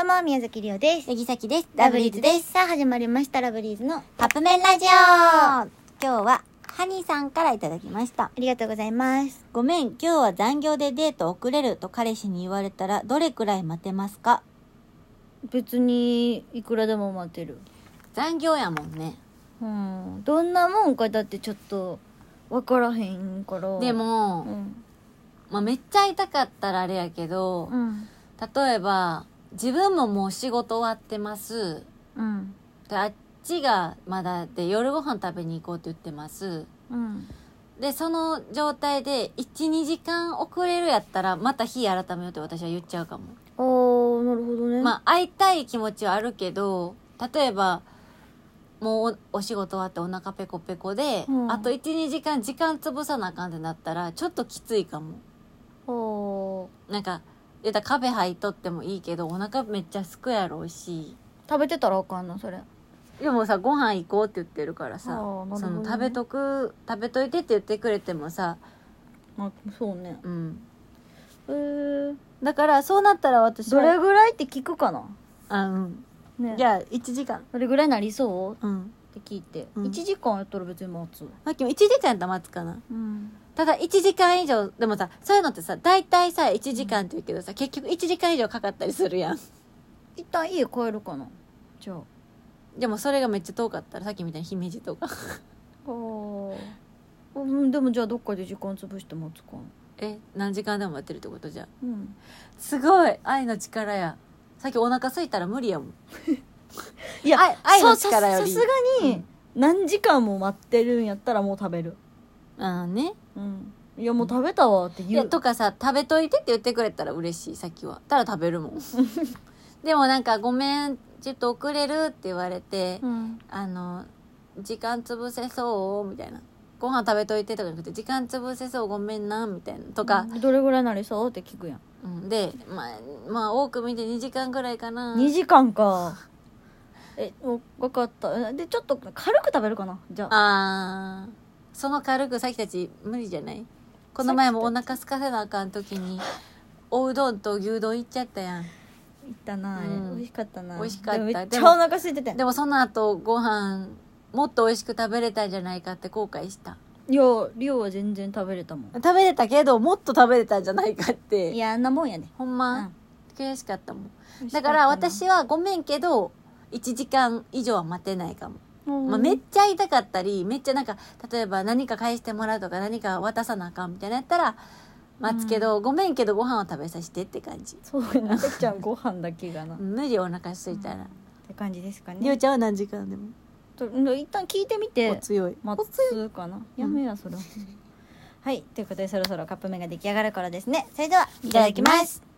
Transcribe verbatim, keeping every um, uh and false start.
どうも、宮崎りおです。 杉崎です。 ラブリーズです。さあ、始まりました、ラブリーズのカップ麺ラジオ。今日は、ハニーさんからいただきました。 ありがとうございます。 ごめん、今日は残業でデート遅れると彼氏に言われたら、どれくらい待てますか？ 別に、いくらでも待てる。 残業やもんね。 うん。どんなもんかだってちょっと、わからへんから。 でも、 うん。 まあ、めっちゃ痛かったらあれやけど、 うん。 例えば、自分ももう仕事終わってます。 うん。 で、あっちがまだで夜ご飯食べに行こうって言ってます。 うん。 で、その状態でいち、にじかん遅れるやったら、また日改めようって私は言っちゃうかも。 あー、なるほどね。 まあ、会いたい気持ちはあるけど、例えば、もうお、お仕事終わってお腹ペコペコで、うん、あといち、にじかん時間潰さなあかんってなったら、ちょっときついかも。 おー。 なんか、言ったらカフェ入っとってもいいけど、お腹めっちゃすくやろうし。 食べてたらあかんのそれ。 でもさ、ご飯行こうって言ってるからさ、 ね、 その食べとく、食べといてって言ってくれてもさ、 まあ、そうね。 うん。 へー。 だからそうなったら私はどれぐらいって聞くかな。 あ、うん。 ね。 じゃあいちじかん。 どれぐらいなりそう、 うん、 って聞いて、 うん、 いちじかんやったら別に待つ。 さっきもいちじかんやったら待つかな。 うん。 ただいちじかん以上、でもさ、そういうのってさ、大体さ、いちじかんって言うけどさ、結局いちじかん以上かかったりするやん。 一旦家帰るかな。じゃあ。 でもそれがめっちゃ遠かったら、さっきみたいに姫路とか。 ああ。うん、でもじゃあどっかで時間潰して待つか。 え、何時間でも待ってるってことじゃん。 うん。 すごい愛の力や。さっきお腹空いたら無理やもん。 いや、 愛の力より。 さすがに、何時間も待ってるんやったらもう食べる。 ああね。 うん。いやもう食べたわって言う。 いやとかさ、食べといてって言ってくれたら嬉しい、さっきは。たら食べるもん。でもなんかごめん、ちょっと遅れるって言われて、うん、あの、時間潰せそうみたいな。ご飯食べといてとかじゃなくて、時間潰せそうごめんなみたいな。とか、 うん。どれぐらいなりそうって聞くやん。 うん、で、まあ、まあ多く見てにじかんぐらいかな。 にじかんか。え、分かった。で、ちょっと軽く食べるかなじゃあ。 あー。その軽くさっきたち無理じゃない？この前もお腹空かせなあかん時におうどんと牛丼いっちゃったやん。 いったな、あれ、うん、美味しかったな。 美味しかった。 めっちゃお腹空いてて。 でもその後ご飯もっと美味しく食べれたんじゃないかって後悔した。 いや、リオは全然食べれたもん。 食べれたけどもっと食べれたんじゃないかって。 いや、あんなもんやね。 ほんま、うん、悔しかったもん。だから私はごめんけどいちじかん以上は待てないかも。まあ、めっちゃ痛かったりめっちゃなんか例えば何か返してもらうとか何か渡さなあかんみたいなやったら待つけど、うん、ごめんけどご飯を食べさせてって感じ。 そうやな。てっちゃんご飯だけがな無理お腹空いたら、うん、 って感じですかね。 りおちゃんは何時間でもと一旦聞いてみて。 お強い待つかな。やめやそれ、うん、はい、ということでそろそろカップ麺が出来上がる頃ですね。それではいただきます。